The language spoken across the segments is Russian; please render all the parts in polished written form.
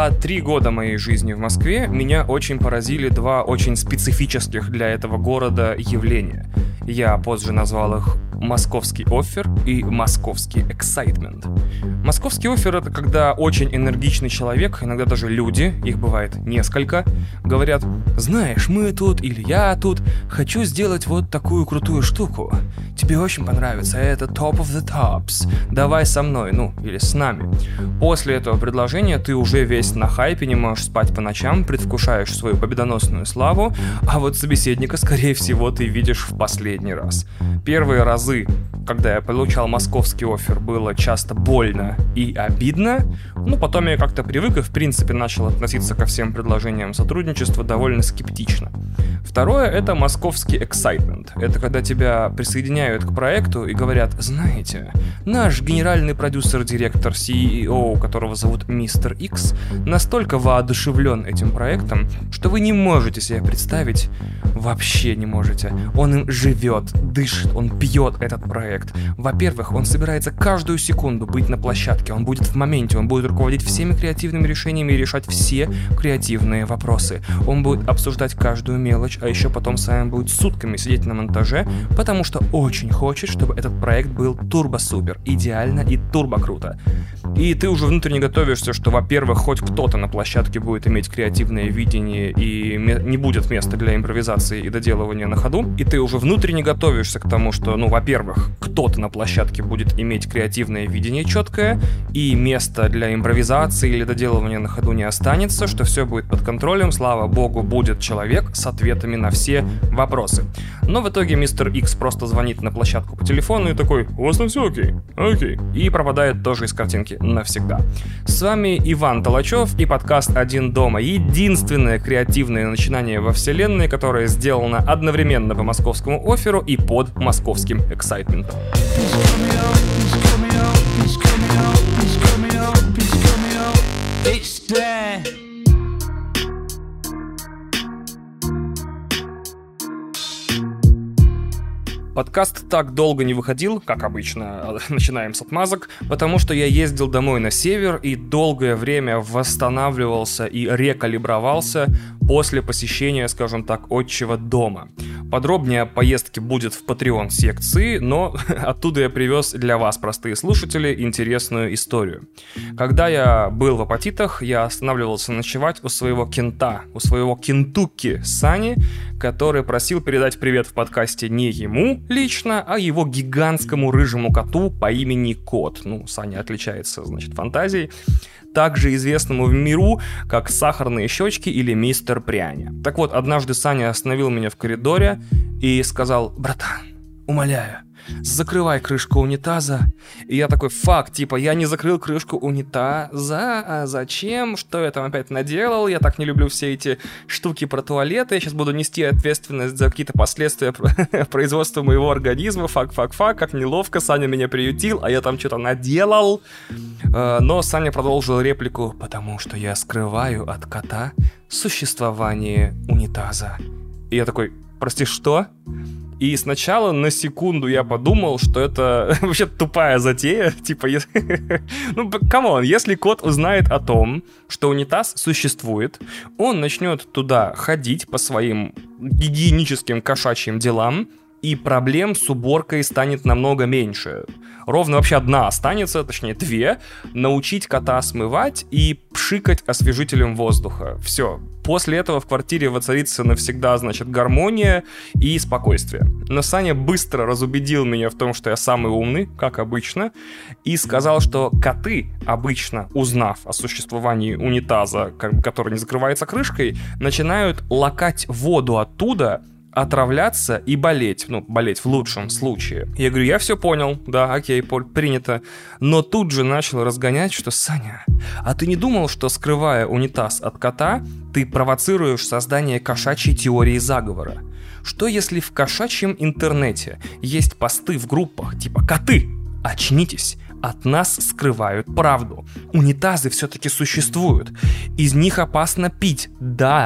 За 3 года моей жизни в Москве меня очень поразили два очень специфических для этого города явления. Я позже назвал их московский оффер и московский эксайтмент. Московский оффер — это когда очень энергичный человек, иногда даже люди, их бывает несколько, говорят: знаешь, мы тут или я тут, хочу сделать вот такую крутую штуку. Тебе очень понравится, это top of the tops. Давай со мной, или с нами. После этого предложения ты уже весь на хайпе, не можешь спать по ночам, предвкушаешь свою победоносную славу, а вот собеседника, скорее всего, ты видишь в последний раз. Первые разы, когда я получал московский оффер, было часто больно и обидно, потом я как-то привык и в принципе начал относиться ко всем предложениям сотрудничества довольно скептично. Второе — это московский эксайтмент. Это когда тебя присоединяют к проекту и говорят: знаете, наш генеральный продюсер-директор, CEO, которого зовут Мистер Икс, настолько воодушевлен этим проектом, что вы не можете себе представить, вообще не можете. Он им живет, дышит, он пьет этот проект. Во-первых, он собирается каждую секунду быть на площадке, он будет в моменте, он будет руководить всеми креативными решениями и решать все креативные вопросы. Он будет обсуждать каждую мелочь, а еще потом с вами будет сутками сидеть на монтаже, потому что очень хочет, чтобы этот проект был турбо-супер, идеально и турбо-круто. И ты уже внутренне готовишься, что, во-первых, хоть кто-то на площадке будет иметь креативное видение и не будет места для импровизации и доделывания на ходу. И ты уже внутренне готовишься к тому, что, во-первых, кто-то на площадке будет иметь креативное видение четкое, и места для импровизации или доделывания на ходу не останется, что все будет под контролем, слава богу, будет человек с ответами на все вопросы. Но в итоге мистер Икс просто звонит на площадку по телефону и такой: у вас там все окей? Окей. И пропадает тоже из картинки навсегда. С вами Иван Толачев и подкаст «Один дома». Единственное креативное начинание во вселенной, которое сделано одновременно по московскому офферу и под московским эксайтментом. Подкаст так долго не выходил, как обычно, начинаем с отмазок, потому что я ездил домой на север и долгое время восстанавливался и рекалибровался после посещения, скажем так, отчего дома. Подробнее о поездке будет в Patreon-секции, но оттуда я привез для вас, простые слушатели, интересную историю. Когда я был в Апатитах, я останавливался ночевать у своего кента, у своего кентукки Сани, который просил передать привет в подкасте не ему лично, а его гигантскому рыжему коту по имени Кот. Саня отличается, фантазией. Также известному в миру как Сахарные щечки или Мистер Пряня. Так вот, однажды Саня остановил меня в коридоре и сказал: братан, умоляю, закрывай крышку унитаза. И я такой: я не закрыл крышку унитаза, а зачем? Что я там опять наделал? Я так не люблю все эти штуки про туалеты, я сейчас буду нести ответственность за какие-то последствия производства моего организма, как неловко, Саня меня приютил, а я там что-то наделал. Но Саня продолжил реплику: потому что я скрываю от кота существование унитаза. И я такой: прости, что? И сначала на секунду я подумал, что это вообще тупая затея. Камон, если кот узнает о том, что унитаз существует, он начнет туда ходить по своим гигиеническим кошачьим делам, и проблем с уборкой станет намного меньше. Ровно вообще одна останется, точнее 2. Научить кота смывать и пшикать освежителем воздуха. Все. После этого в квартире воцарится навсегда, гармония и спокойствие. Но Саня быстро разубедил меня в том, что я самый умный, как обычно, и сказал, что коты, обычно узнав о существовании унитаза, который не закрывается крышкой, начинают лакать воду оттуда, отравляться и болеть. Болеть в лучшем случае. Я говорю: я все понял, да, окей, принято. Но тут же начал разгонять, что: Саня, а ты не думал, что, скрывая унитаз от кота, ты провоцируешь создание кошачьей теории заговора? Что если в кошачьем интернете есть посты в группах типа: коты, очнитесь, от нас скрывают правду. Унитазы все-таки существуют. Из них опасно пить. Да,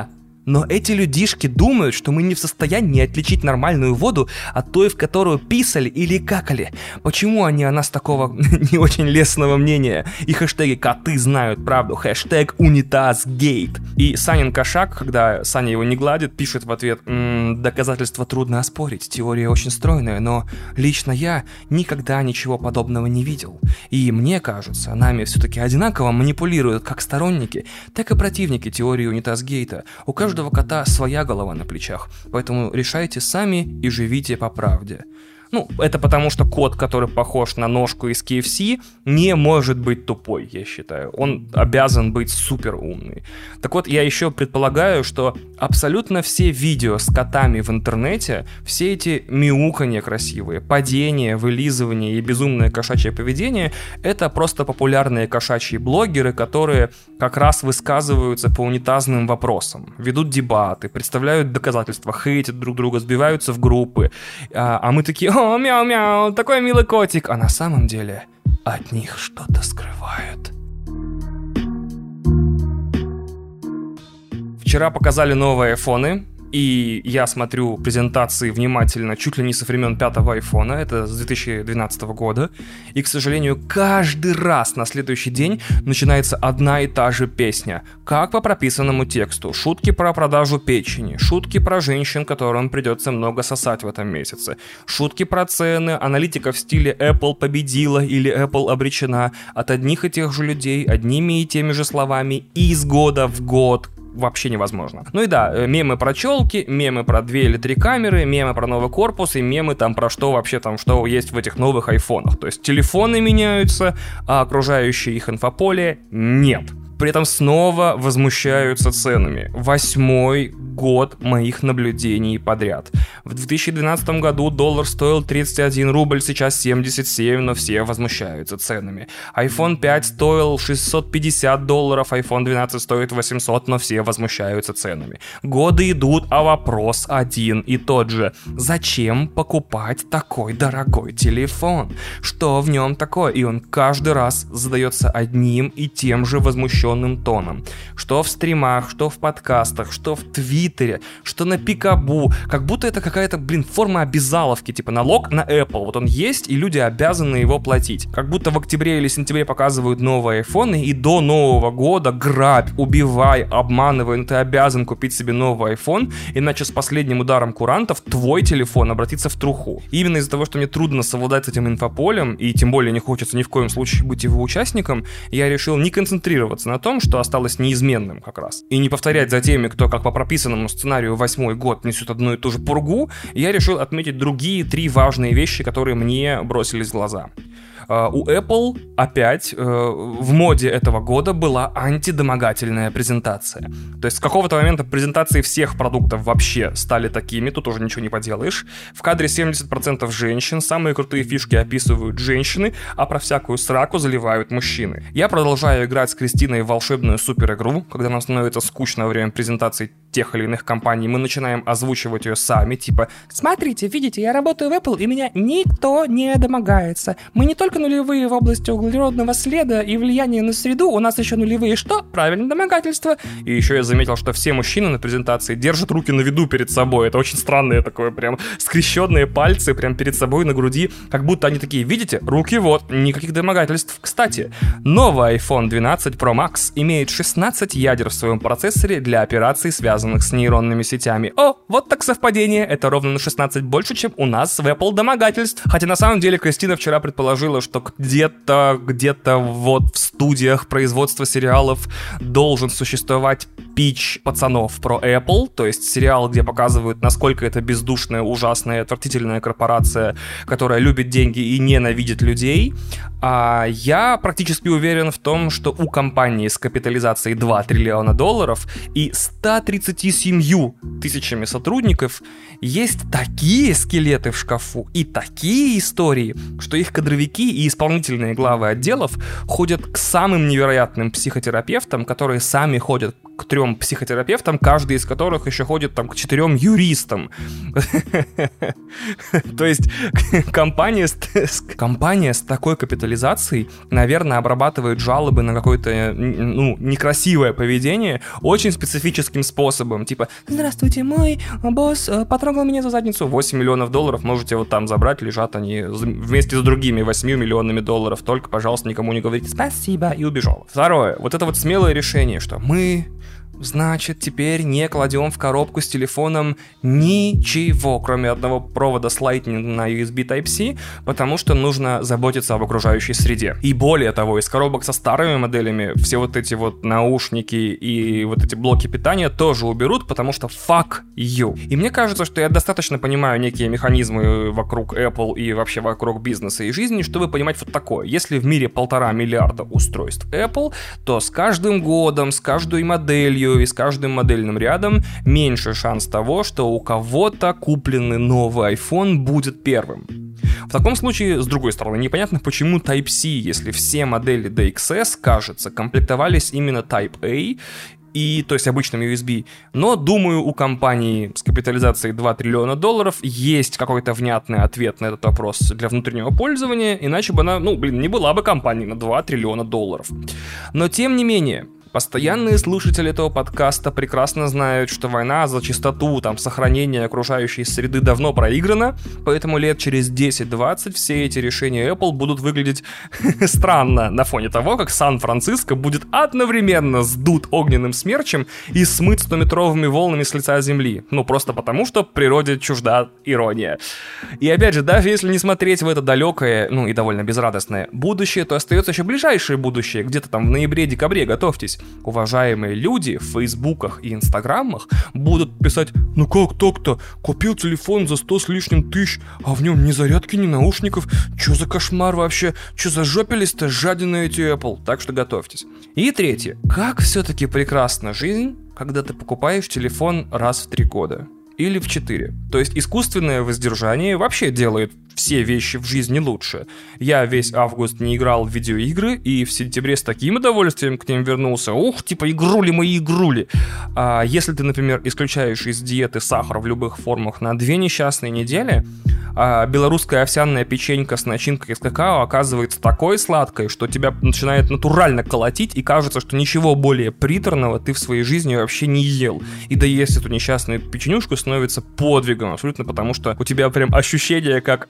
Но эти людишки думают, что мы не в состоянии отличить нормальную воду от той, в которую писали или какали. Почему они о нас такого не очень лестного мнения? И хэштеги «коты знают правду», хэштег «унитазгейт». И Санин кошак, когда Саня его не гладит, пишет в ответ: «Доказательства трудно оспорить, теория очень стройная, но лично я никогда ничего подобного не видел. И мне кажется, нами все-таки одинаково манипулируют как сторонники, так и противники теории унитазгейта. У каждого кота своя голова на плечах, поэтому решайте сами и живите по правде». Ну, это потому, что кот, который похож на ножку из KFC, не может быть тупой, я считаю. Он обязан быть супер умный. Так вот, я еще предполагаю, что абсолютно все видео с котами в интернете, все эти мяуканья красивые, падения, вылизывания и безумное кошачье поведение, это просто популярные кошачьи блогеры, которые как раз высказываются по унитазным вопросам, ведут дебаты, представляют доказательства, хейтят друг друга, сбиваются в группы. А мы такие: «О, мяу-мяу, такой милый котик», а на самом деле от них что-то скрывают. Вчера показали новые айфоны, и я смотрю презентации внимательно чуть ли не со времен 5-го айфона, это с 2012 года, и, к сожалению, каждый раз на следующий день начинается одна и та же песня, как по прописанному тексту: шутки про продажу печени, шутки про женщин, которым придется много сосать в этом месяце, шутки про цены, аналитика в стиле «Apple победила» или «Apple обречена», от одних и тех же людей, одними и теми же словами, из года в год. Вообще невозможно. Ну и да, мемы про челки, мемы про 2 или 3 камеры, мемы про новый корпус и мемы там про что вообще там, что есть в этих новых айфонах. То есть телефоны меняются, а окружающее их инфополе нет. При этом снова возмущаются ценами. 8-й год моих наблюдений подряд. В 2012 году доллар стоил 31 рубль, сейчас 77, но все возмущаются ценами. iPhone 5 стоил $650, iPhone 12 стоит 800, но все возмущаются ценами. Годы идут, а вопрос один и тот же. Зачем покупать такой дорогой телефон? Что в нем такое? И он каждый раз задается одним и тем же возмущенным тоном. Что в стримах, что в подкастах, что в Твиттере, что на Пикабу. Как будто это какая-то, форма обязаловки, типа налог на Apple. Вот он есть, и люди обязаны его платить. Как будто в октябре или сентябре показывают новые айфоны, и до Нового года грабь, убивай, обманывай, но ты обязан купить себе новый iPhone, иначе с последним ударом курантов твой телефон обратится в труху. И именно из-за того, что мне трудно совладать с этим инфополем, и тем более не хочется ни в коем случае быть его участником, я решил не концентрироваться на том, что осталось неизменным как раз. И не повторять за теми, кто как по прописанному сценарию 8-й год несет одну и ту же пургу, я решил отметить другие 3 важные вещи, которые мне бросились в глаза. У Apple опять в моде этого года была антидомогательная презентация. То есть с какого-то момента презентации всех продуктов вообще стали такими, тут уже ничего не поделаешь. В кадре 70% женщин, самые крутые фишки описывают женщины, а про всякую сраку заливают мужчины. Я продолжаю играть с Кристиной в волшебную супер-игру, когда нам становится скучно во время презентаций тех или иных компаний, мы начинаем озвучивать ее сами, типа: «Смотрите, видите, я работаю в Apple, и меня никто не домогается. Мы не только нулевые в области углеродного следа и влияния на среду, у нас еще нулевые что? Правильно, домогательство». И еще я заметил, что все мужчины на презентации держат руки на виду перед собой. Это очень странное такое, прям скрещенные пальцы прям перед собой на груди, как будто они такие: видите, руки вот, никаких домогательств. Кстати, новый iPhone 12 Pro Max имеет 16 ядер в своем процессоре для операций, связанных с нейронными сетями. О, вот так совпадение, это ровно на 16 больше, чем у нас в Apple домогательств. Хотя на самом деле Кристина вчера предположила, что где-то вот в студиях производства сериалов должен существовать пич пацанов про Apple, то есть сериал, где показывают, насколько это бездушная, ужасная, отвратительная корпорация, которая любит деньги и ненавидит людей. А я практически уверен в том, что у компании с капитализацией $2 триллиона и 137 тысячами сотрудников есть такие скелеты в шкафу и такие истории, что их кадровики и исполнительные главы отделов ходят к самым невероятным психотерапевтам, которые сами ходят к 3 психотерапевтам, каждый из которых еще ходит там к 4 юристам. То есть компания с такой капитализацией, наверное, обрабатывает жалобы на какое-то, некрасивое поведение очень специфическим способом. Типа: здравствуйте, мой босс потрогал меня за задницу. $8 миллионов, можете вот там забрать, лежат они вместе с другими 8 миллионами долларов. Только, пожалуйста, никому не говорите спасибо, и убежал. Второе. Вот это вот смелое решение, что мы, значит, теперь не кладем в коробку с телефоном ничего, кроме одного провода с Lightning на USB Type-C, потому что нужно заботиться об окружающей среде. И более того, из коробок со старыми моделями все вот эти вот наушники и вот эти блоки питания тоже уберут, потому что fuck you. И мне кажется, что я достаточно понимаю некие механизмы вокруг Apple и вообще вокруг бизнеса и жизни, чтобы понимать вот такое. Если в мире 1,5 миллиарда устройств Apple, то с каждым годом, с каждой моделью и с каждым модельным рядом меньше шанс того, что у кого-то купленный новый iPhone будет первым. В таком случае, с другой стороны, непонятно, почему Type-C, если все модели до XS, кажется, комплектовались именно Type-A, то есть обычным USB. Но, думаю, у компании с капитализацией $2 триллиона есть какой-то внятный ответ на этот вопрос для внутреннего пользования, иначе бы она, не была бы компанией на $2 триллиона. Но, тем не менее, постоянные слушатели этого подкаста прекрасно знают, что война за чистоту, сохранение окружающей среды давно проиграна, поэтому лет через 10-20 все эти решения Apple будут выглядеть странно на фоне того, как Сан-Франциско будет одновременно сдут огненным смерчем и смыт 100-метровыми волнами с лица земли. Просто потому, что природе чужда ирония. И опять же, даже если не смотреть в это далекое, и довольно безрадостное будущее, то остается еще ближайшее будущее, где-то там в ноябре-декабре, готовьтесь. Уважаемые люди в фейсбуках и инстаграмах будут писать: как так-то? Купил телефон за 100 с лишним тысяч, а в нем ни зарядки, ни наушников. Чё за кошмар вообще? Чё за жопились-то жадины эти Apple? Так что готовьтесь. И третье. Как все-таки прекрасна жизнь, когда ты покупаешь телефон раз в 3 года. Или в 4. То есть искусственное воздержание вообще делает все вещи в жизни лучше. Я весь август не играл в видеоигры, и в сентябре с таким удовольствием к ним вернулся. Игрули мои игрули. А если ты, например, исключаешь из диеты сахар в любых формах на 2 несчастные недели, белорусская овсяная печенька с начинкой из какао оказывается такой сладкой, что тебя начинает натурально колотить, и кажется, что ничего более приторного ты в своей жизни вообще не ел. И доесть эту несчастную печенюшку становится подвигом абсолютно, потому что у тебя прям ощущение, как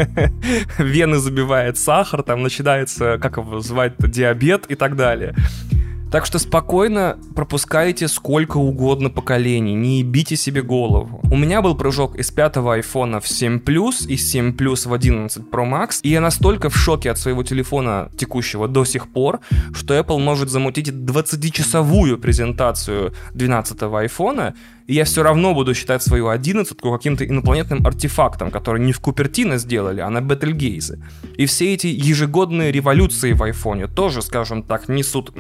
вены забивает сахар, там начинается, как его звать-то, диабет и так далее. Так что спокойно пропускайте сколько угодно поколений, не ебите себе голову. У меня был прыжок из 5-го айфона в 7 Plus, из 7 Plus в 11 Pro Max, и я настолько в шоке от своего телефона текущего до сих пор, что Apple может замутить 20-часовую презентацию 12-го айфона, и я все равно буду считать свою 11-ку каким-то инопланетным артефактом, который не в Купертино сделали, а на Бетельгейзе. И все эти ежегодные революции в айфоне тоже, скажем так, несут,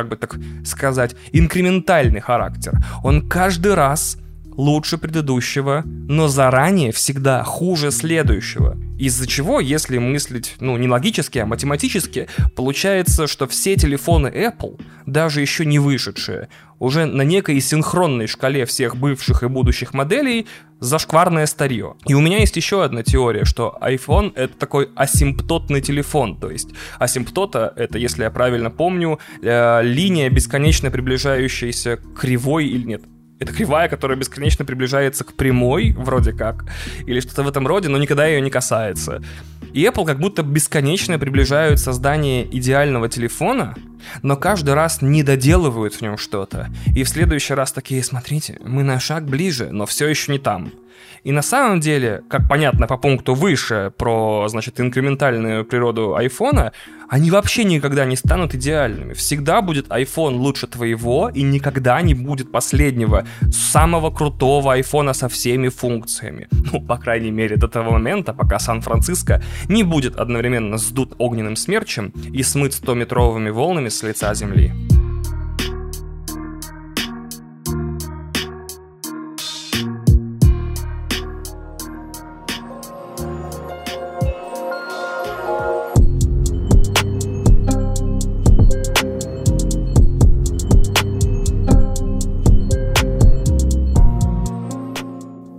инкрементальный характер. Он каждый раз лучше предыдущего, но заранее всегда хуже следующего. Из-за чего, если мыслить, не логически, а математически, получается, что все телефоны Apple, даже еще не вышедшие, уже на некой синхронной шкале всех бывших и будущих моделей зашкварное старье. И у меня есть еще одна теория, что iPhone — это такой асимптотный телефон. То есть асимптота — это, если я правильно помню, линия, бесконечно приближающаяся к кривой или нет. Это кривая, которая бесконечно приближается к прямой, вроде как, или что-то в этом роде, но никогда ее не касается. И Apple как будто бесконечно приближают создание идеального телефона, но каждый раз не доделывают в нем что-то. И в следующий раз такие: смотрите, мы на шаг ближе, но все еще не там. И на самом деле, как понятно по пункту выше про, инкрементальную природу айфона, они вообще никогда не станут идеальными. Всегда будет iPhone лучше твоего, и никогда не будет последнего, самого крутого айфона со всеми функциями. По крайней мере, до того момента, пока Сан-Франциско не будет одновременно сдут огненным смерчем и смыт 100-метровыми волнами с лица земли.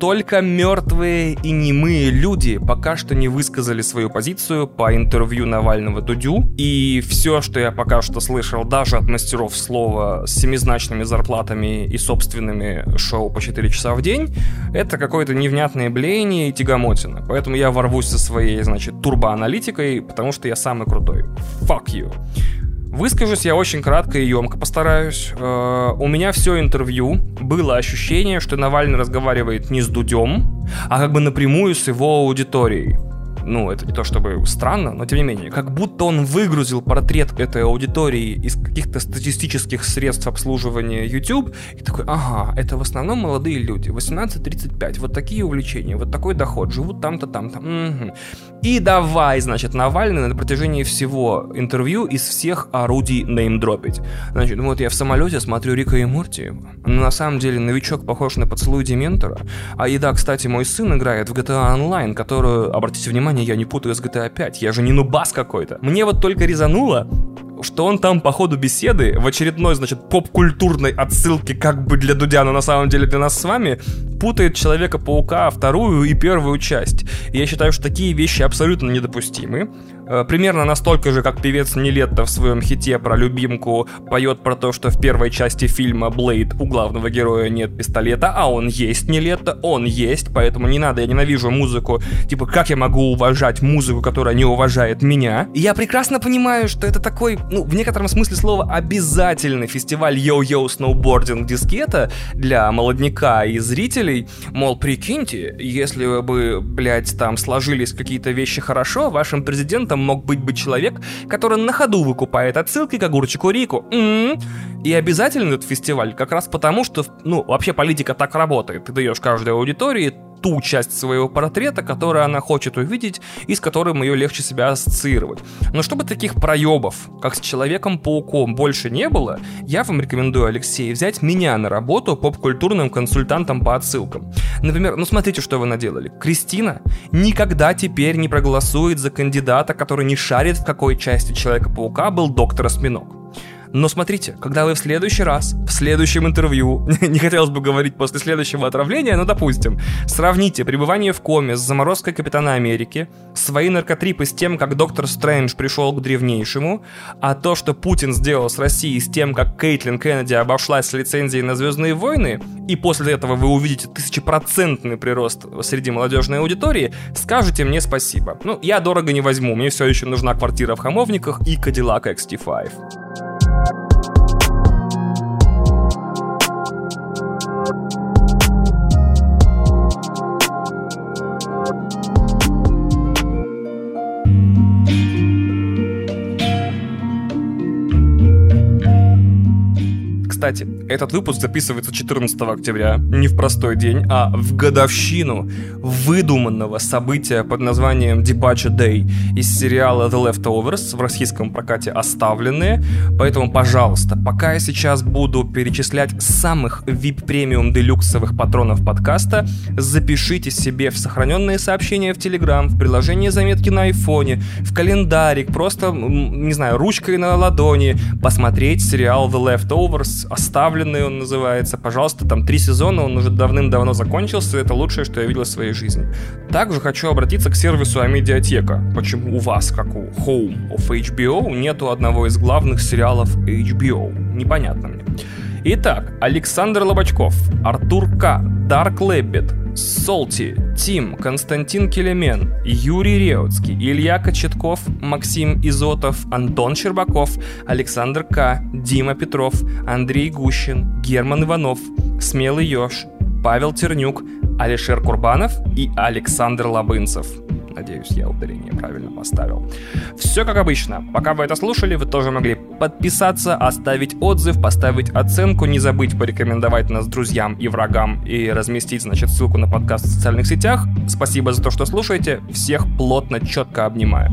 только мертвые и немые люди пока что не высказали свою позицию по интервью Навального Дудю, и все, что я пока что слышал даже от мастеров слова с семизначными зарплатами и собственными шоу по 4 часа в день, это какое-то невнятное блеяние и тягомотина. Поэтому я ворвусь со своей, значит, турбоаналитикой, потому что я самый крутой. Fuck you. Выскажусь я очень кратко и емко постараюсь. У меня все интервью было ощущение, что Навальный разговаривает не с Дудем, а как бы напрямую с его аудиторией. Ну, это не то чтобы странно, но тем не менее, как будто он выгрузил портрет этой аудитории из каких-то статистических средств обслуживания YouTube и такой, ага, это в основном молодые люди, 18-35, вот такие увлечения, вот такой доход, живут там-то, там-то. Угу. И давай, значит, Навальный на протяжении всего интервью из всех орудий неймдропить. Значит, вот я в самолете смотрю Рика и Морти, но на самом деле новичок похож на поцелуй Дементора, а и да, кстати, мой сын играет в GTA Online, которую, обратите внимание, я не путаю с GTA 5, я же не нубас какой-то. Мне вот только резануло, что он там по ходу беседы в очередной, значит, поп-культурной отсылке как бы для Дудя, но на самом деле для нас с вами, путает Человека-паука вторую и первую часть. И я считаю, что такие вещи абсолютно недопустимы. Примерно настолько же, как певец Нилетто в своем хите про любимку поет про то, что в первой части фильма «Блейд» у главного героя нет пистолета, а он есть Нилетто, он есть, поэтому не надо, я ненавижу музыку. Типа, как я могу уважать музыку, которая не уважает меня? И я прекрасно понимаю, что это такой, ну, в некотором смысле слова, обязательный фестиваль йо-йо сноубординг дискета для молодняка и зрителей. Мол, прикиньте, если бы, блядь, там сложились какие-то вещи хорошо, вашим президентом мог быть бы человек, который на ходу выкупает отсылки к огурчику Рику. И обязательно этот фестиваль как раз потому, что, ну, вообще политика так работает. Ты даешь каждой аудитории ту часть своего портрета, которую она хочет увидеть и с которым ее легче себя ассоциировать. Но чтобы таких проебов, как с Человеком-пауком, больше не было, я вам рекомендую, Алексей, взять меня на работу поп-культурным консультантом по отсылкам. Например, ну смотрите, что вы наделали. Кристина никогда теперь не проголосует за кандидата, который не шарит, в какой части Человека-паука был доктор Осьминог. Но смотрите, когда вы в следующий раз, в следующем интервью, не хотелось бы говорить после следующего отравления, но допустим, сравните пребывание в коме с заморозкой Капитана Америки, свои наркотрипы с тем, как Доктор Стрэндж пришел к древнейшему, а то, что Путин сделал с Россией, с тем, как Кейтлин Кеннеди обошлась с лицензией на «Звездные войны», и после этого вы увидите 1000% прирост среди молодежной аудитории, скажете мне спасибо. Ну, я дорого не возьму, мне все еще нужна квартира в Хамовниках и Cadillac XT5. Кстати, этот выпуск записывается 14 октября, не в простой день, а в годовщину выдуманного события под названием Departure Day из сериала The Leftovers, в российском прокате «Оставленные». Поэтому, пожалуйста, пока я сейчас буду перечислять самых VIP-премиум-делюксовых патронов подкаста, запишите себе в сохраненные сообщения в Telegram, в приложение заметки на айфоне, в календарик, просто, не знаю, ручкой на ладони, посмотреть сериал The Leftovers, «Оставленные» он называется. Пожалуйста, там 3 сезона, он уже давным-давно закончился, это лучшее, что я видел в своей жизни. Также хочу обратиться к сервису Амедиатека. Почему у вас, как у Home of HBO, нету одного из главных сериалов HBO? Непонятно мне. Итак, Александр Лобачков, Артур К., Дарк Лэббит, Солти, Тим, Константин Келемен, Юрий Реутский, Илья Кочетков, Максим Изотов, Антон Щербаков, Александр К., Дима Петров, Андрей Гущин, Герман Иванов, Смелый Ёж, Павел Тернюк, Алишер Курбанов и Александр Лабынцев. Надеюсь, я ударение правильно поставил. Все как обычно. Пока вы это слушали, вы тоже могли подписаться, оставить отзыв, поставить оценку, не забыть порекомендовать нас друзьям и врагам и разместить, значит, ссылку на подкаст в социальных сетях. Спасибо за то, что слушаете. Всех плотно, четко обнимаю.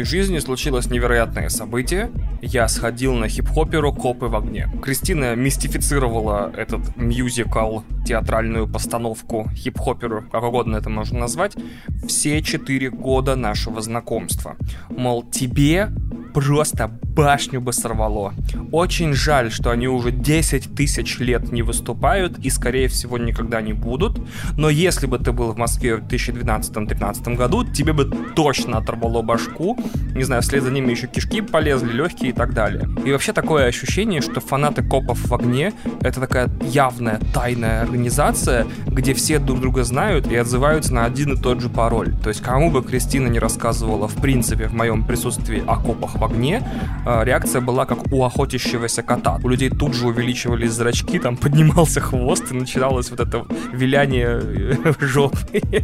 моей жизни случилось невероятное событие. Я сходил на хип-хоперу «Копы в огне». Кристина мистифицировала этот мюзикл, театральную постановку хип-хоперу, как угодно это можно назвать, все 4 года нашего знакомства. Мол, тебе просто башню бы сорвало. Очень жаль, что они уже 10 тысяч лет не выступают и, скорее всего, никогда не будут. Но если бы ты был в Москве в 2012-2013 году, тебе бы точно оторвало башку. Не знаю, вслед за ними еще кишки полезли, легкие и так далее. И вообще такое ощущение, что фанаты «Копов в огне» — это такая явная тайная организация, где все друг друга знают и отзываются на один и тот же пароль. То есть кому бы Кристина не рассказывала, в принципе, в моем присутствии о «Копах в огне», реакция была как у охотящегося кота. У людей тут же увеличивались зрачки, там поднимался хвост, и начиналось вот это виляние жопы.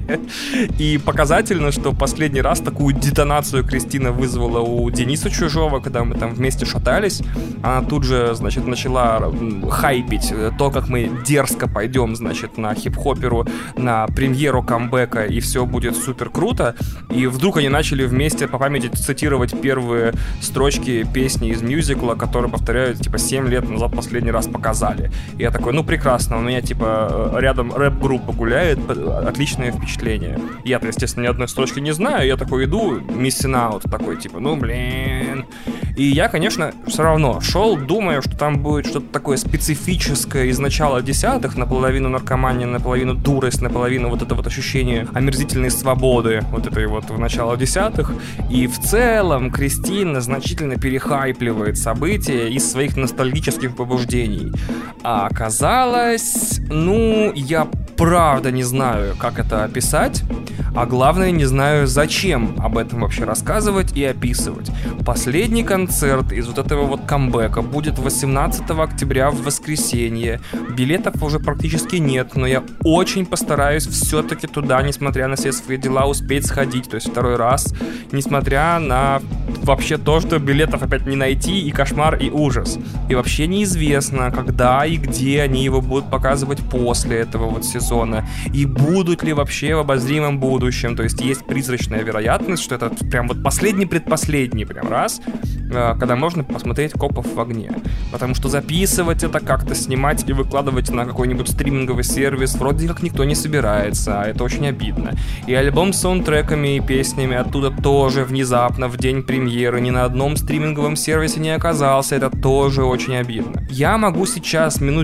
И показательно, что последний раз такую детонацию Кристина вызвала у Дениса Чужого, когда мы там вместе шатались. Она тут же, значит, начала хайпить то, как мы дерзко пойдем, значит, на хип-хоперу, на премьеру камбэка, и все будет супер круто. И вдруг они начали вместе по памяти цитировать первые строчки песни из мюзикла, которые, повторяют, типа, 7 лет назад последний раз показали. И я такой, ну прекрасно, у меня, типа, рядом рэп-группа гуляет, отличное впечатление. Я-то, естественно, ни одной строчки не знаю, я такой иду, missing out, такой, типа, ну блин. И я, конечно, все равно шел, думая, что там будет что-то такое специфическое из начала десятых, наполовину наркомания, наполовину дурость, наполовину вот это вот ощущение омерзительной свободы, вот этой вот в начало десятых. И в целом Кристина значительно перехайпливает события из своих ностальгических побуждений. А оказалось, ну, я правда не знаю, как это описать, а главное, не знаю, зачем об этом вообще рассказывать и описывать. Последний концерт из вот этого вот камбэка будет 18 октября в воскресенье. Билетов уже практически нет, но я очень постараюсь все-таки туда, несмотря на все свои дела, успеть сходить, то есть второй раз, несмотря на вообще то, что билетов опять не найти, и кошмар, и ужас. И вообще неизвестно, когда и где они его будут показывать после этого вот сезона, и будут ли вообще в обозримом будущем. То есть есть призрачная вероятность, что это прям вот предпоследний прям раз, когда можно посмотреть «Копов в огне». Потому что записывать это как-то, снимать и выкладывать на какой-нибудь стриминговый сервис вроде как никто не собирается, а это очень обидно. И альбом с саундтреками и песнями оттуда тоже внезапно в день премьеры ни на одном стриминговом сервисе не оказался, это тоже очень обидно. Я могу сейчас минут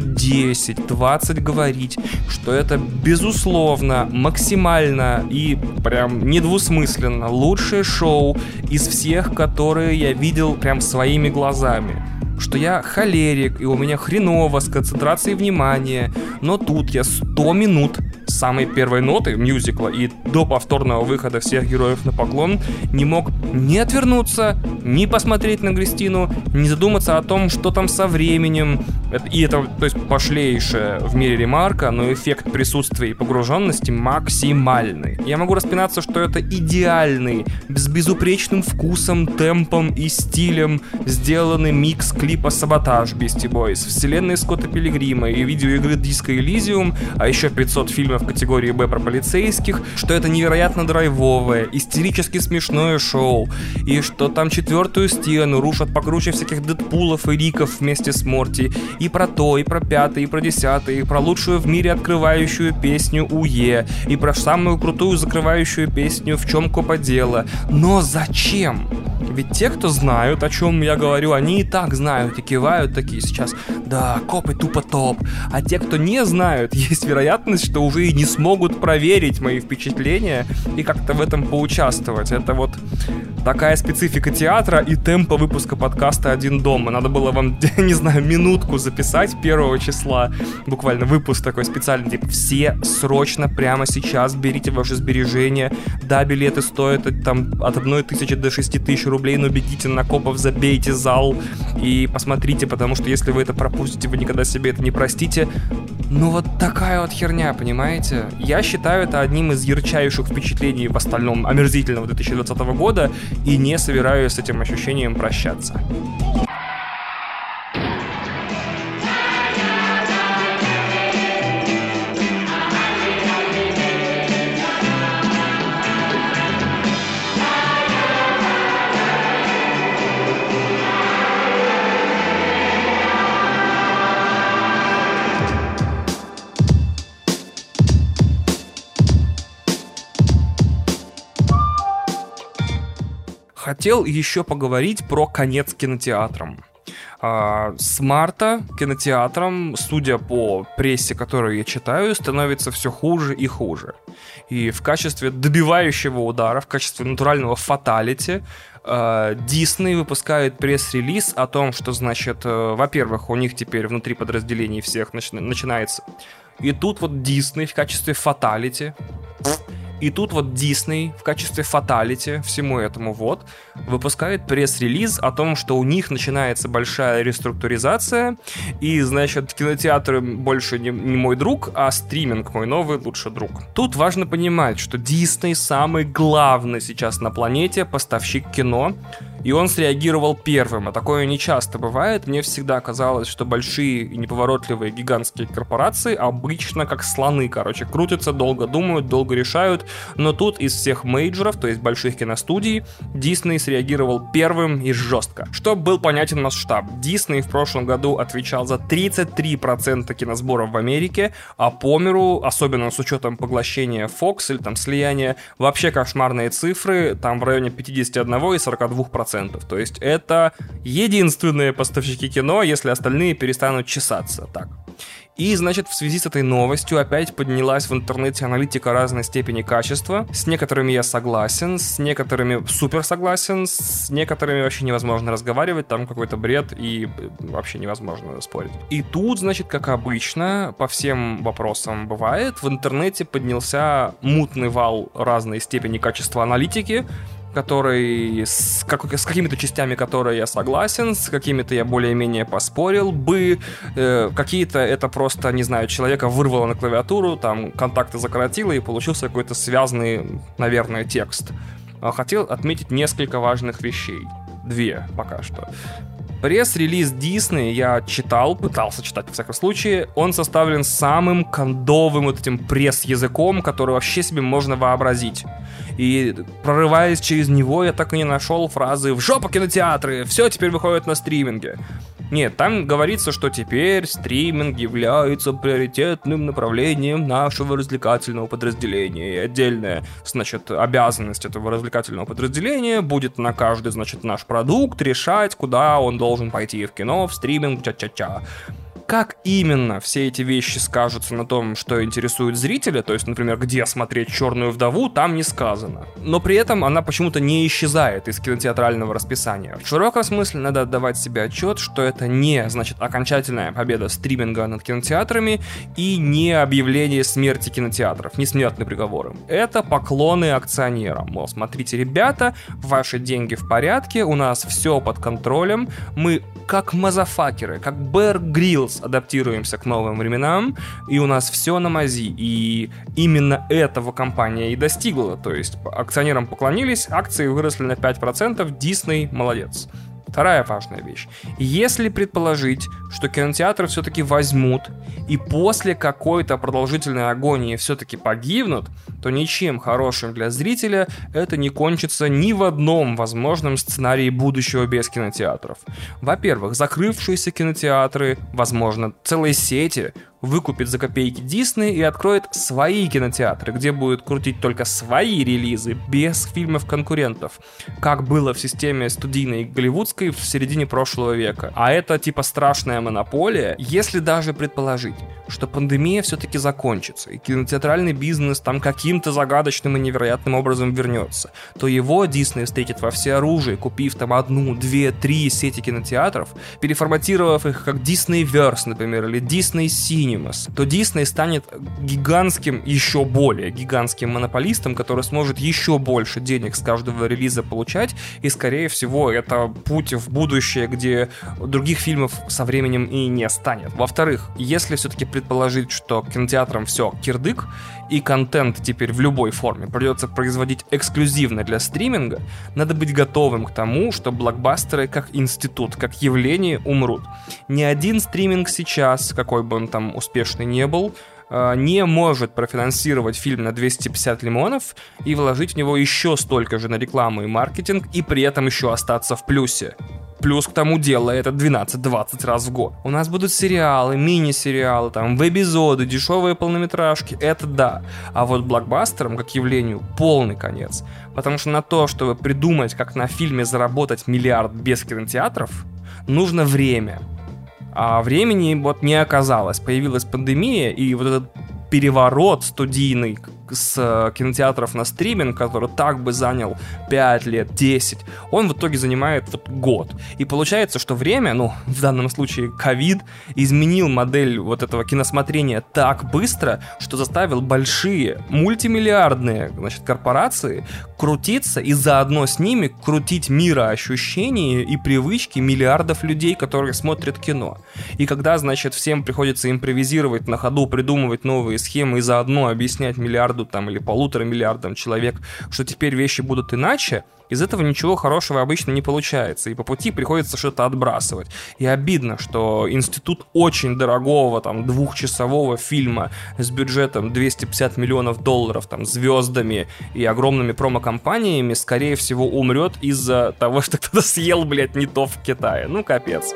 10-20 говорить, что это безусловно, максимально и прям недвусмысленно лучшее шоу из всех, которые я видел прям своими глазами. Что я холерик, и у меня хреново с концентрацией внимания, но тут я 100 минут с самой первой ноты мюзикла и до повторного выхода всех героев на поклон не мог ни отвернуться, ни посмотреть на Кристину, ни задуматься о том, что там со временем. И это, то есть, пошлейшая в мире ремарка, но эффект присутствия и погруженности максимальный. Я могу распинаться, что это идеальный, с безупречным вкусом, темпом и стилем сделанный микс клипа «Саботаж» Beastie Boys, вселенной Скотта Пилигрима и видеоигры Disco Elysium, а еще 500 фильмов в категории «Б» про полицейских, что это невероятно драйвовое, истерически смешное шоу, и что там четвертую стену рушат покруче всяких Дэдпулов и Риков вместе с Морти, и про то, и про пятое, и про десятое, и про лучшую в мире открывающую песню «Уе», и про самую крутую закрывающую песню «В чем копа дело». Но зачем? Ведь те, кто знают, о чем я говорю, они и так знают и кивают такие сейчас: да, копы тупо топ. А те, кто не знают, есть вероятность, что уже и не смогут проверить мои впечатления и как-то в этом поучаствовать. Это вот такая специфика театра и темпа выпуска подкаста «Один дома». Надо было вам, не знаю, минутку записать 1 числа. Буквально выпуск такой специальный, типа: все срочно прямо сейчас берите ваши сбережения. Да, билеты стоят там от 1000 до 6000 рублей, но бегите на Копов, забейте зал и посмотрите, потому что если вы это пропустите, вы никогда себе это не простите. Ну вот такая вот херня, понимаете? Я считаю это одним из ярчайших впечатлений в остальном омерзительного 2020 года и не собираюсь с этим ощущением прощаться. хотел еще поговорить про конец кинотеатрам. С марта кинотеатрам, судя по прессе, которую я читаю, становится все хуже и хуже. И в качестве добивающего удара, в качестве натурального фаталити, Disney выпускает пресс-релиз о том, что, значит, во-первых, у них теперь внутри подразделений всех начинается. И тут вот Disney в качестве фаталити... И тут вот Disney в качестве фаталити всему этому вот выпускает пресс-релиз о том, что у них начинается большая реструктуризация, и, значит, кинотеатры больше не мой друг, а стриминг мой новый лучший друг. Тут важно понимать, что Disney самый главный сейчас на планете поставщик кино, и он среагировал первым, а такое не часто бывает. Мне всегда казалось, что большие и неповоротливые гигантские корпорации обычно как слоны, крутятся, долго думают, долго решают, но тут из всех мейджоров, то есть больших киностудий, Disney среагировал первым и жестко. Чтобы был понятен масштаб, Disney в прошлом году отвечал за 33% киносборов в Америке, а по миру, особенно с учетом поглощения Fox или там слияния, вообще кошмарные цифры, там в районе 51 и 42%. То есть это единственные поставщики кино, если остальные перестанут чесаться. Так. И, значит, в связи с этой новостью опять поднялась в интернете аналитика разной степени качества. С некоторыми я согласен, с некоторыми супер согласен, с некоторыми вообще невозможно разговаривать, там какой-то бред и вообще невозможно спорить. И тут, значит, как обычно, по всем вопросам бывает, в интернете поднялся мутный вал разной степени качества аналитики, который с какими-то частями которой я согласен, с какими-то я более-менее поспорил бы, какие-то это просто, не знаю, человека вырвало на клавиатуру, там контакты закоротило и получился какой-то связанный, наверное, текст. Хотел отметить несколько важных вещей. 2 пока что. Пресс-релиз Disney я пытался читать, во всяком случае, он составлен самым кондовым вот этим пресс-языком, который вообще себе можно вообразить. И прорываясь через него, я так и не нашел фразы «В жопу кинотеатры! Все теперь выходит на стриминге!» Нет, там говорится, что теперь стриминг является приоритетным направлением нашего развлекательного подразделения. И отдельная, значит, обязанность этого развлекательного подразделения будет на каждый, значит, наш продукт решать, куда он должен пойти: в кино, в стриминг, ча-ча-ча. Как именно все эти вещи скажутся на том, что интересует зрителя, то есть, например, где смотреть «Черную вдову», там не сказано. Но при этом она почему-то не исчезает из кинотеатрального расписания. В широком смысле надо отдавать себе отчет, что это не, значит, окончательная победа стриминга над кинотеатрами и не объявление смерти кинотеатров, не смертный приговор им. Это поклоны акционерам. Мол, смотрите, ребята, ваши деньги в порядке, у нас все под контролем, мы как мазафакеры, как Bear Grylls адаптируемся к новым временам, и у нас все на мази. И именно этого компания и достигла. То есть акционерам поклонились, акции выросли на 5%, Disney молодец. Вторая важная вещь. Если предположить, что кинотеатры все-таки возьмут и после какой-то продолжительной агонии все-таки погибнут, то ничем хорошим для зрителя это не кончится ни в одном возможном сценарии будущего без кинотеатров. Во-первых, закрывшиеся кинотеатры, возможно, целые сети, выкупит за копейки Disney и откроет свои кинотеатры, где будет крутить только свои релизы, без фильмов-конкурентов, как было в системе студийной и голливудской в середине прошлого века. А это типа страшная монополия. Если даже предположить, что пандемия все-таки закончится, и кинотеатральный бизнес там каким-то загадочным и невероятным образом вернется, то его Disney встретит во всеоружии, купив там 1, 2, 3 сети кинотеатров, переформатировав их как Disneyverse, например, или Disney Cinemas, то Disney станет гигантским, еще более гигантским монополистом, который сможет еще больше денег с каждого релиза получать, и, скорее всего, это путь в будущее, где других фильмов со временем и не станет. Во-вторых, если все-таки предположить, что кинотеатрам все кирдык, и контент теперь в любой форме придется производить эксклюзивно для стриминга, надо быть готовым к тому, что блокбастеры как институт, как явление умрут. Ни один стриминг сейчас, какой бы он там успешный не был, не может профинансировать фильм на 250 лимонов и вложить в него еще столько же на рекламу и маркетинг, и при этом еще остаться в плюсе. Плюс к тому дело это 12-20 раз в год. У нас будут сериалы, мини-сериалы, там, веб-эпизоды, дешевые полнометражки, это да. А вот блокбастерам, как явлению, полный конец. Потому что на то, чтобы придумать, как на фильме заработать $1 миллиард без кинотеатров, нужно время. А времени вот не оказалось. Появилась пандемия, и вот этот переворот студийный с кинотеатров на стриминг, который так бы занял 5 лет, 10, он в итоге занимает вот год. И получается, что время, ну, в данном случае ковид, изменил модель вот этого киносмотрения так быстро, что заставил большие, мультимиллиардные, значит, корпорации крутиться и заодно с ними крутить мироощущения и привычки миллиардов людей, которые смотрят кино. И когда, значит, всем приходится импровизировать на ходу, придумывать новые схемы и заодно объяснять миллиарду там, или 1,5 миллиарда человек, что теперь вещи будут иначе, из этого ничего хорошего обычно не получается, и по пути приходится что-то отбрасывать. И обидно, что институт очень дорогого, там, 2-часового фильма с бюджетом $250 миллионов, там, звездами и огромными промо-компаниями, скорее всего, умрет из-за того, что кто-то съел, блядь, не то в Китае. Ну, капец.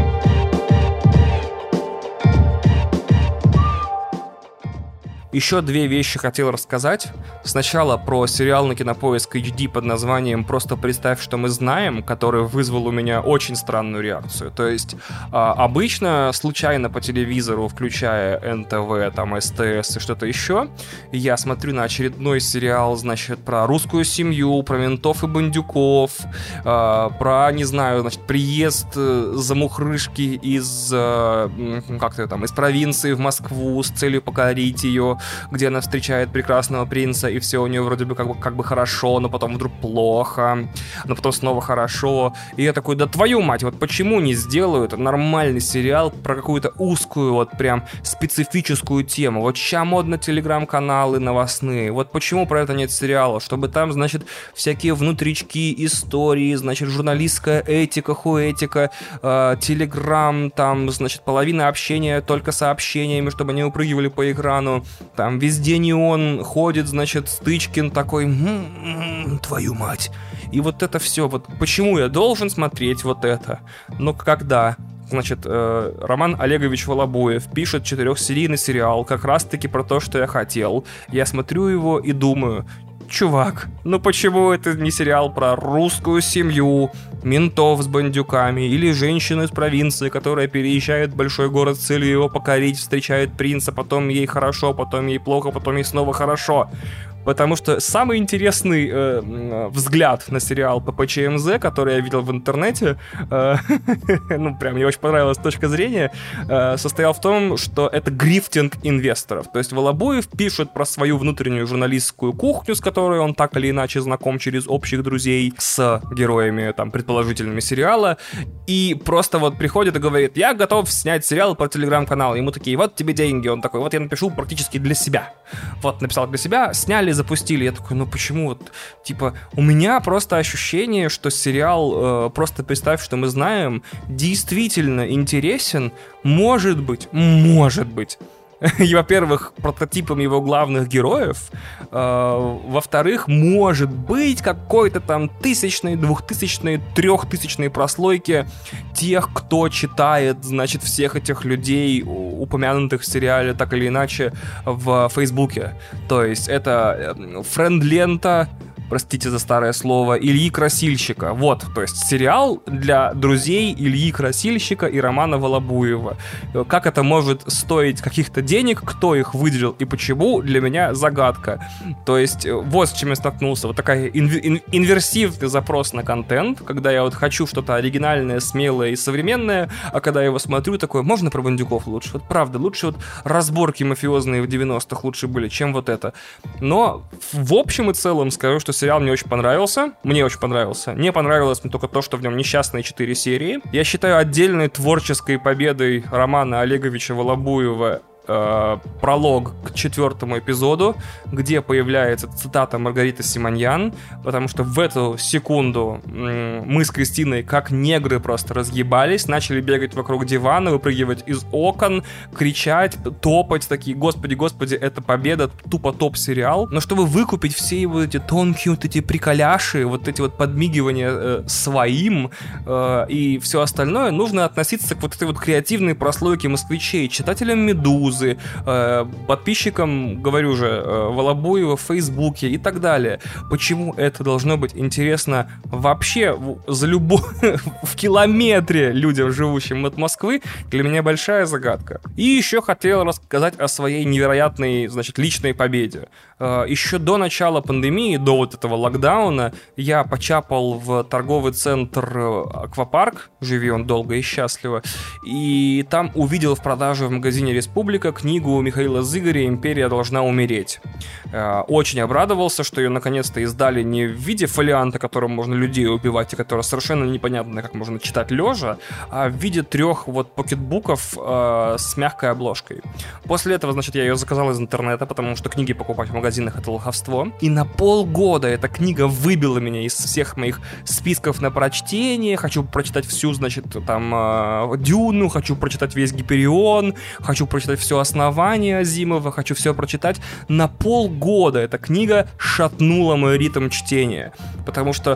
Еще 2 вещи хотел рассказать. Сначала про сериал на Кинопоиск HD под названием «Просто представь, что мы знаем», который вызвал у меня очень странную реакцию. То есть обычно, случайно по телевизору, включая НТВ, там, СТС и что-то еще, я смотрю на очередной сериал, значит, про русскую семью, про ментов и бандюков, про, не знаю, значит, приезд замухрышки из провинции в Москву с целью покорить ее, где она встречает прекрасного принца, и все у нее вроде бы как бы хорошо, но потом вдруг плохо, но потом снова хорошо. И я такой, да твою мать, вот почему не сделают нормальный сериал про какую-то узкую, вот прям специфическую тему? Вот ща модно телеграм-каналы новостные, вот почему про это нет сериала? Чтобы там, значит, всякие внутрички, истории, значит, журналистская этика, хуэтика, телеграм, там, значит, половина общения только сообщениями, чтобы они упрыгивали по экрану. Там везде неон ходит, значит, Стычкин такой, твою мать. И вот это все, вот почему я должен смотреть вот это? Но когда, значит, Роман Олегович Волобуев пишет 4-серийный сериал как раз-таки про то, что я хотел, я смотрю его и думаю, чувак, ну почему это не сериал про русскую семью, ментов с бандюками или женщину из провинции, которая переезжает в большой город с целью его покорить, встречает принца, потом ей хорошо, потом ей плохо, потом ей снова хорошо. Потому что самый интересный взгляд на сериал по ПЧМЗ, который я видел в интернете, ну, прям мне очень понравилась точка зрения, состоял в том, что это грифтинг инвесторов. То есть Волобуев пишет про свою внутреннюю журналистскую кухню, с которой он так или иначе знаком через общих друзей с героями, там, предположительными сериала, и просто вот приходит и говорит, я готов снять сериал про телеграм-канал. Ему такие, вот тебе деньги. Он такой, вот я напишу практически для себя. Вот, написал для себя, сняли, запустили. Я такой, ну почему вот, типа, у меня просто ощущение, что сериал «Просто представь, что мы знаем» действительно интересен, может быть, и, во-первых, прототипом его главных героев, во-вторых, может быть, какой-то там 1000-й, 2000-й, 3000-й прослойки тех, кто читает, значит, всех этих людей, упомянутых в сериале так или иначе в Фейсбуке. То есть это френд-лента, простите за старое слово, Ильи Красильщика. Вот, то есть сериал для друзей Ильи Красильщика и Романа Волобуева. Как это может стоить каких-то денег, кто их выделил и почему, для меня загадка. То есть вот с чем я столкнулся. Вот такая инверсивный запрос на контент, когда я вот хочу что-то оригинальное, смелое и современное, а когда я его смотрю, такое, можно про бандюков лучше? Вот правда, лучше вот разборки мафиозные в 90-х лучше были, чем вот это. Но в общем и целом скажу, что сериал мне очень понравился. Мне очень понравился. Не понравилось мне только то, что в нем несчастные 4 серии. Я считаю отдельной творческой победой Романа Олеговича Волобуева пролог к 4-му эпизоду, где появляется цитата Маргариты Симоньян, потому что в эту секунду мы с Кристиной, как негры, просто разъебались, начали бегать вокруг дивана, выпрыгивать из окон, кричать, топать, такие: господи, господи, это победа, тупо топ-сериал. Но чтобы выкупить все вот эти тонкие вот эти приколяши, вот эти вот подмигивания своим и все остальное, нужно относиться к вот этой вот креативной прослойке москвичей, читателям «Медузы», подписчикам, говорю же, Волобуева в Фейсбуке и так далее. Почему это должно быть интересно вообще в километре людям, живущим от Москвы, для меня большая загадка. И еще хотел рассказать о своей невероятной, значит, личной победе. Еще до начала пандемии, до вот этого локдауна, я почапал в торговый центр «Аквапарк», живи он долго и счастливо, и там увидел в продаже в магазине «Республика» книгу Михаила Зыгоря «Империя должна умереть». Очень обрадовался, что ее наконец-то издали не в виде фолианта, которым можно людей убивать, и которое совершенно непонятно, как можно читать лежа, а в виде 3 вот покетбуков с мягкой обложкой. После этого, значит, я ее заказал из интернета, потому что книги покупать в магазинах — это лоховство. И на полгода эта книга выбила меня из всех моих списков на прочтение. Хочу прочитать всю, значит, там, Дюну, хочу прочитать весь Гиперион, хочу прочитать все «Основание» Азимова, хочу все прочитать. На полгода эта книга шатнула мой ритм чтения, потому что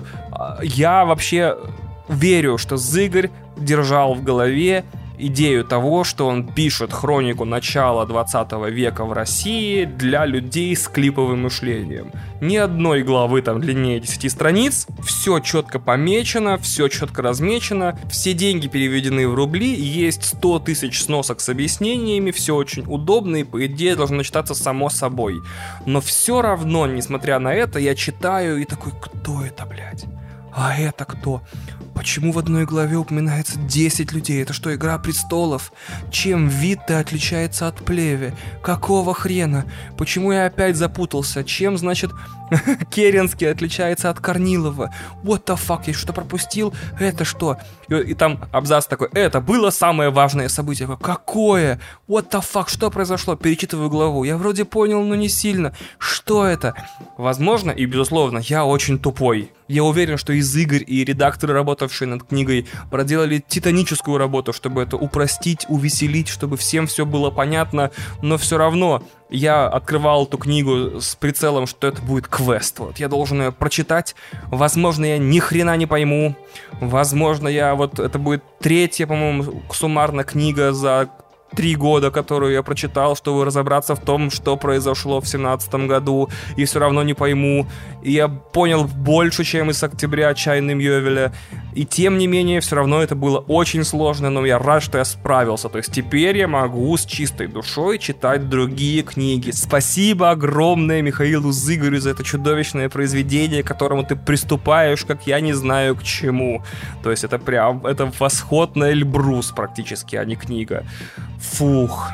я вообще верю, что Зыгорь держал в голове идею того, что он пишет хронику начала 20 века в России для людей с клиповым мышлением. Ни одной главы там длиннее 10 страниц, все четко помечено, все четко размечено, все деньги переведены в рубли, есть 100 тысяч сносок с объяснениями, все очень удобно и, по идее, должно читаться само собой. Но все равно, несмотря на это, я читаю и такой: кто это, блядь? А это кто? Почему в одной главе упоминается 10 людей? Это что, «Игра престолов»? Чем Витте отличается от Плеве? Какого хрена? Почему я опять запутался? Чем, значит, Керенский отличается от Корнилова? What the fuck? Я что-то пропустил? Это что? И там абзац такой: это было самое важное событие. Какое? What the fuck? Что произошло? Перечитываю главу. Я вроде понял, но не сильно. Что это? Возможно, и безусловно, я очень тупой. Я уверен, что и Игорь, и редакторы, работавшие над книгой, проделали титаническую работу, чтобы это упростить, увеселить, чтобы всем все было понятно, но все равно я открывал эту книгу с прицелом, что это будет квест. Вот я должен ее прочитать. Возможно, я ни хрена не пойму. Возможно, это будет 3-я, по-моему, суммарно книга за 3 года, которую я прочитал, чтобы разобраться в том, что произошло в 17 году, и все равно не пойму. И я понял больше, чем из «Октября» Чайны Мьёвеля. И тем не менее, все равно это было очень сложно, но я рад, что я справился. То есть теперь я могу с чистой душой читать другие книги. Спасибо огромное Михаилу Зыгорю за это чудовищное произведение, к которому ты приступаешь, как я не знаю к чему. То есть это прям, это восход на Эльбрус практически, а не книга. Фух.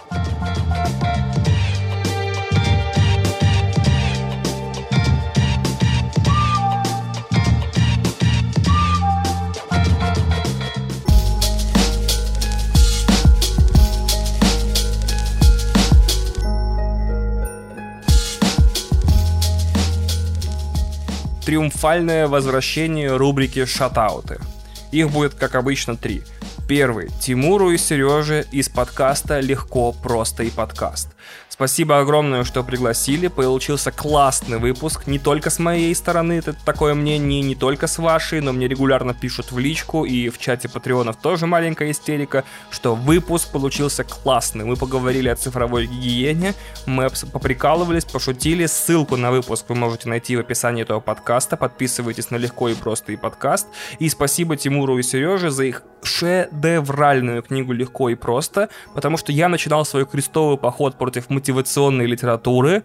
Триумфальное возвращение рубрики «Шатауты». Их будет, как обычно, 3. Первый — Тимуру и Сереже из подкаста «Легко, просто и подкаст». Спасибо огромное, что пригласили. Получился классный выпуск. Не только с моей стороны, это такое мнение, не только с вашей, но мне регулярно пишут в личку, и в чате патреонов тоже маленькая истерика, что выпуск получился классный. Мы поговорили о цифровой гигиене, мы поприкалывались, пошутили. Ссылку на выпуск вы можете найти в описании этого подкаста. Подписывайтесь на «Легко и просто и подкаст». И спасибо Тимуру и Сереже за их шедевральную книгу «Легко и просто», потому что я начинал свой крестовый поход против мотивационной литературы,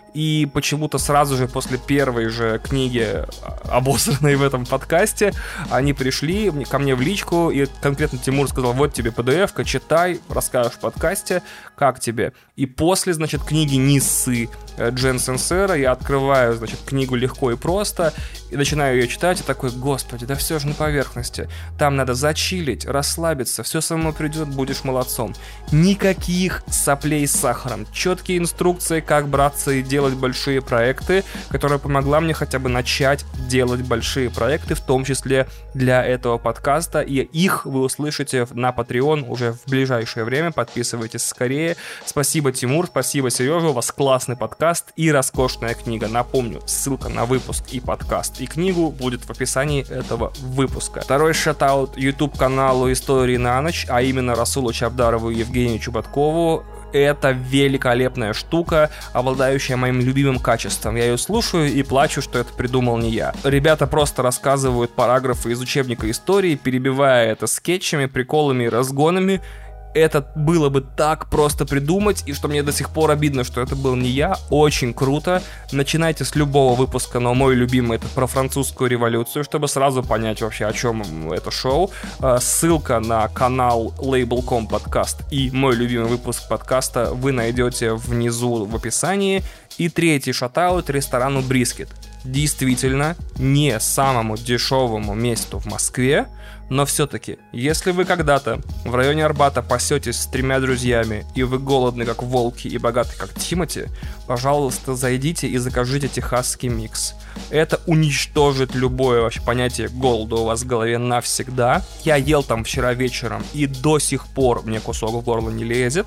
И почему-то сразу же после первой же книги, обосранной в этом подкасте, они пришли ко мне в личку, и конкретно Тимур сказал: вот тебе PDF-ка, читай, расскажешь в подкасте, как тебе. И после, значит, книги Ниссы Джен Сенсера я открываю, значит, книгу «Легко и просто» и начинаю ее читать, и такой: господи, да все же на поверхности. Там надо зачилить, расслабиться, все само придет, будешь молодцом. Никаких соплей с сахаром. Четкие инструкции, как браться и делать большие проекты, которая помогла мне хотя бы начать делать большие проекты, в том числе для этого подкаста. И их вы услышите на Patreon уже в ближайшее время. Подписывайтесь скорее. Спасибо, Тимур, спасибо, Сережа. У вас классный подкаст и роскошная книга. Напомню, ссылка на выпуск и подкаст, и книгу будет в описании этого выпуска. Второй шатаут YouTube-каналу «Истории на ночь», а именно Расулу Чабдарову и Евгению Чубаткову. Это великолепная штука, обладающая моим любимым качеством. Я ее слушаю и плачу, что это придумал не я. Ребята просто рассказывают параграфы из учебника истории, перебивая это скетчами, приколами и разгонами. Это было бы так просто придумать, и что мне до сих пор обидно, что это был не я. Очень круто. Начинайте с любого выпуска, но мой любимый — это про французскую революцию, чтобы сразу понять вообще, о чем это шоу. Ссылка на канал Label.com подкаст и мой любимый выпуск подкаста вы найдете внизу в описании. И третий шатаут — ресторану Брискет. Действительно, не самому дешевому месту в Москве, но все-таки, если вы когда-то в районе Арбата пасетесь с 3 друзьями, и вы голодны, как волки, и богаты, как Тимати, пожалуйста, зайдите и закажите техасский микс. Это уничтожит любое вообще понятие голода у вас в голове навсегда. Я ел там вчера вечером, и до сих пор мне кусок в горло не лезет.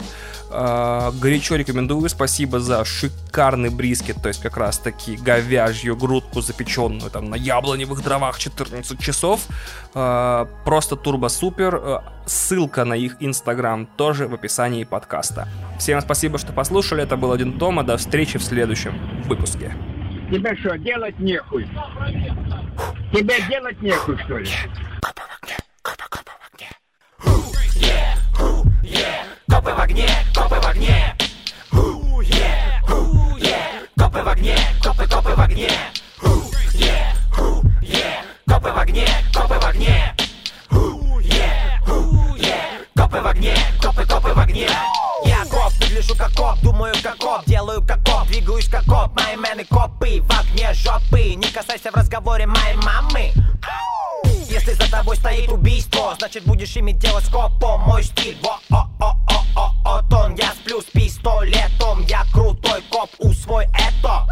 Горячо рекомендую. Спасибо за шикарный брискет, то есть как раз таки говяжью грудку, запеченную там на яблоневых дровах 14 часов. Просто турбо-супер. Ссылка на их инстаграм тоже в описании подкаста. Всем спасибо, что послушали. Это был Один Тома. До встречи в следующем выпуске. Тебе что, делать нехуй? Тебе делать нехуй, что ли? Копы в огне, копы в огне. Копы в огне, копы в огне. Копы в огне, копы в огне. Копы в огне, копы в огне. Я коп, выгляжу как коп, думаю как коп, делаю как коп, двигаюсь как коп. Мои мены копы в огне жопы. Не касайся в разговоре моей мамы. Если за тобой стоит убийство, значит будешь иметь дело с копом. Мой стиль, тон. Я сплю с пистолетом, я крутой коп, усвой это.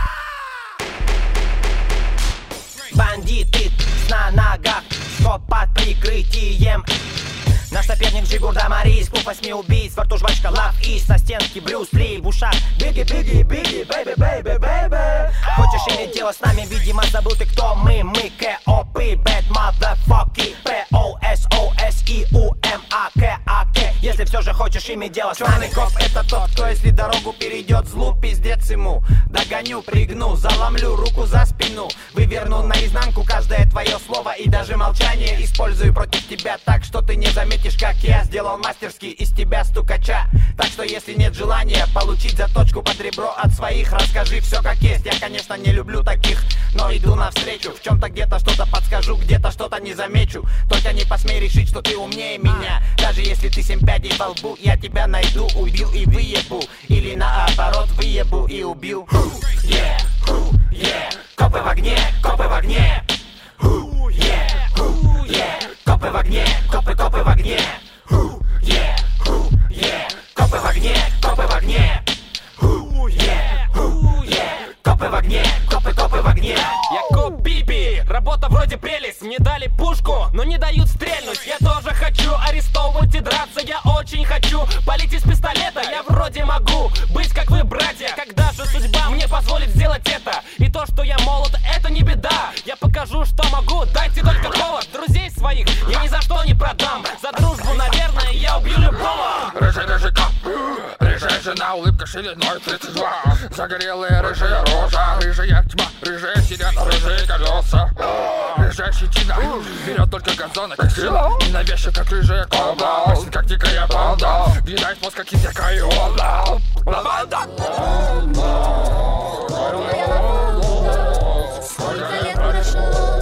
Бандиты на ногах, коп под прикрытием. Наш соперник Жигурда Марис, клуб 8 убийц, во рту жвачка Love Is, на стенке Брюс Ли, в ушах Бигги, бигги, бигги, бэйби, бэйби, бэйби. Хочешь иметь дело с нами, видимо, забыл ты, кто мы. Мы К.О.П. Bad motherfucky, P-O-S-O-S-I-U-M-A-K-A-K. Если все же хочешь иметь дело с нами, коп это тот, кто если дорогу перейдет злу, пиздец ему. Догоню, пригну, заломлю руку за спину, выверну наизнанку каждое твое слово и даже молчание использую против тебя так, что ты не заметишь, как я сделал мастерски из тебя стукача. Так что если нет желания получить заточку под ребро от своих, расскажи все как есть. Я, конечно, не люблю таких, но иду навстречу. В чем-то где-то что-то подскажу, где-то что-то не замечу. Только не посмей решить, что ты умнее меня. Даже если ты 7 пядей во лбу, я тебя найду, убью и выебу. Или наоборот, выебу и убью. Копы в огне, копы в огне. Копы в огне, копы в огне. Копы в огне, копы в огне. Копы в огне, копы в огне. Я коп Биби, работа вроде прелесть. Мне дали пушку, но не дают стрельнуть. Я тоже хочу арестовывать и драться. Я очень хочу палить из пистолета. Я вроде могу быть как вы, братья. Когда же судьба мне позволит сделать это? И то, что я молод, это не беда. Я покажу, что могу, дайте только повод. Друзей своих я ни за что не продам. За дружбу, наверное, я убью любого. Рыжий коп, рыжая жена, улыбка шириной 32. Загорелая рыжая рожа, рыжая тьма, рыжая сирена, рыжие колеса. Рыжая щетина, вперед только газона, как сила. Ненавязчив, как рыжая кобра, мощный, как дикая панда. Въедает мозг, как индийская ионда. Лаванда! Сколько лет прошло?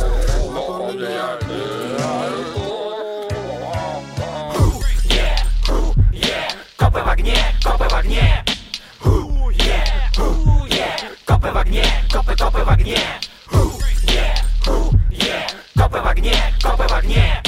Копы в огне, копы в огне. Копы в огне, копы в огне. Копы в огне, копы в огне.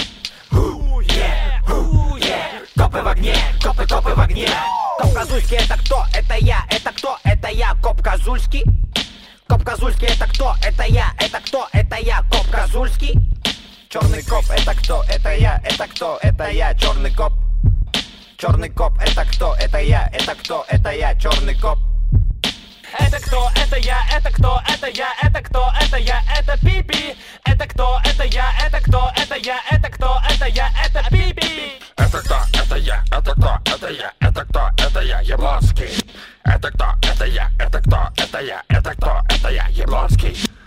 Копы в огне, копы в огне. Коп Козульский это кто? Это я, это кто? Это я, Коп Козульский. Коп Козульский это кто? Это я, это кто? Это я, Коп Козульский. Черный коп это кто? Это я, это кто? Это я, черный коп. Черный коп это кто? Это я, это кто? Это я, черный коп. Это кто? Это я, это кто? Это я, это кто? Это я, это Пипи. Это кто? Это я, это кто? Это я, это кто? Это я, это Пипи. Это кто? Это я, это кто? Это я, это кто? Это я, Яблонский. Это кто? Это я, это кто? Это я, это кто? Это я, Яблонский.